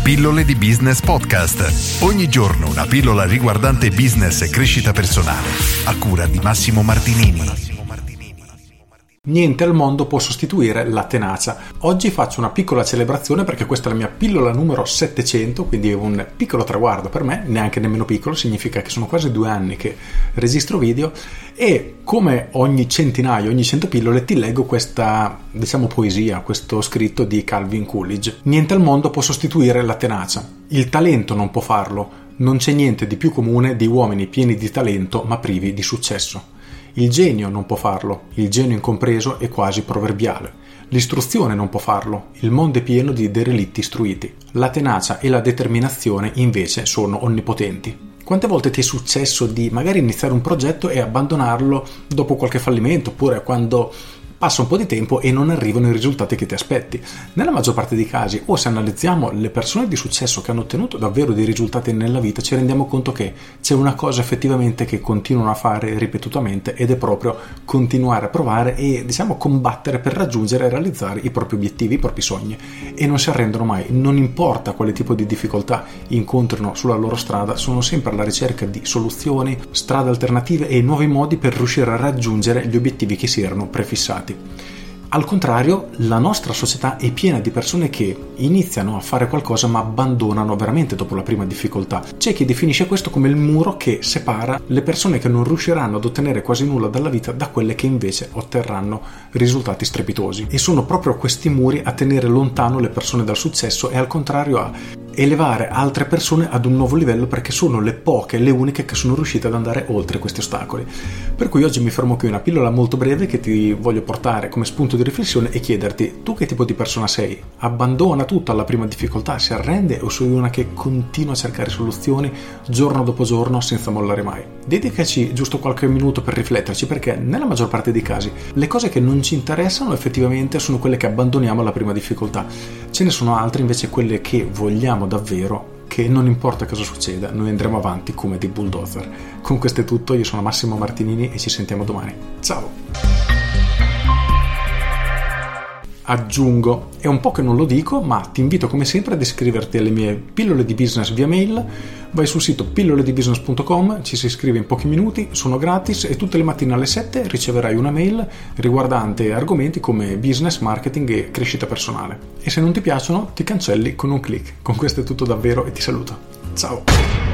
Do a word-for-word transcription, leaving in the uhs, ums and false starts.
Pillole di Business Podcast. Ogni giorno una pillola riguardante business e crescita personale. A cura di Massimo Martinini. Niente al mondo può sostituire la tenacia. Oggi faccio una piccola celebrazione perché questa è la mia pillola numero settecento, quindi è un piccolo traguardo per me, neanche nemmeno piccolo, significa che sono quasi due anni che registro video e come ogni centinaio, ogni cento pillole ti leggo questa, diciamo, poesia, questo scritto di Calvin Coolidge. Niente al mondo può sostituire la tenacia. Il talento non può farlo. Non c'è niente di più comune di uomini pieni di talento ma privi di successo. Il genio non può farlo, il genio incompreso è quasi proverbiale. L'istruzione non può farlo, il mondo è pieno di derelitti istruiti. La tenacia e la determinazione invece sono onnipotenti. Quante volte ti è successo di magari iniziare un progetto e abbandonarlo dopo qualche fallimento, oppure quando passa un po' di tempo e non arrivano i risultati che ti aspetti? Nella maggior parte dei casi, o se analizziamo le persone di successo che hanno ottenuto davvero dei risultati nella vita, ci rendiamo conto che c'è una cosa effettivamente che continuano a fare ripetutamente ed è proprio continuare a provare e, diciamo, combattere per raggiungere e realizzare i propri obiettivi, i propri sogni, e non si arrendono mai. Non importa quale tipo di difficoltà incontrino sulla loro strada, sono sempre alla ricerca di soluzioni, strade alternative e nuovi modi per riuscire a raggiungere gli obiettivi che si erano prefissati. Al contrario, la nostra società è piena di persone che iniziano a fare qualcosa ma abbandonano veramente dopo la prima difficoltà. C'è chi definisce questo come il muro che separa le persone che non riusciranno ad ottenere quasi nulla dalla vita da quelle che invece otterranno risultati strepitosi. E sono proprio questi muri a tenere lontano le persone dal successo e al contrario a elevare altre persone ad un nuovo livello, perché sono le poche, le uniche che sono riuscite ad andare oltre questi ostacoli. Per cui oggi mi fermo qui, una pillola molto breve che ti voglio portare come spunto di riflessione e chiederti: tu che tipo di persona sei? Abbandona tutto alla prima difficoltà, si arrende, o sei una che continua a cercare soluzioni giorno dopo giorno senza mollare mai? Dedicaci giusto qualche minuto per rifletterci, perché nella maggior parte dei casi le cose che non ci interessano effettivamente sono quelle che abbandoniamo alla prima difficoltà. Ce ne sono altre invece, quelle che vogliamo davvero, che non importa cosa succeda, noi andremo avanti come dei bulldozer. Con questo è tutto, io sono Massimo Martinini e ci sentiamo domani. Ciao! Aggiungo, è un po' che non lo dico, ma ti invito come sempre ad iscriverti alle mie pillole di business via mail. Vai sul sito pillole di business punto com, ci si iscrive in pochi minuti, sono gratis e tutte le mattine alle sette riceverai una mail riguardante argomenti come business, marketing e crescita personale. E se non ti piacciono ti cancelli con un click. Con questo è tutto davvero e ti saluto. Ciao!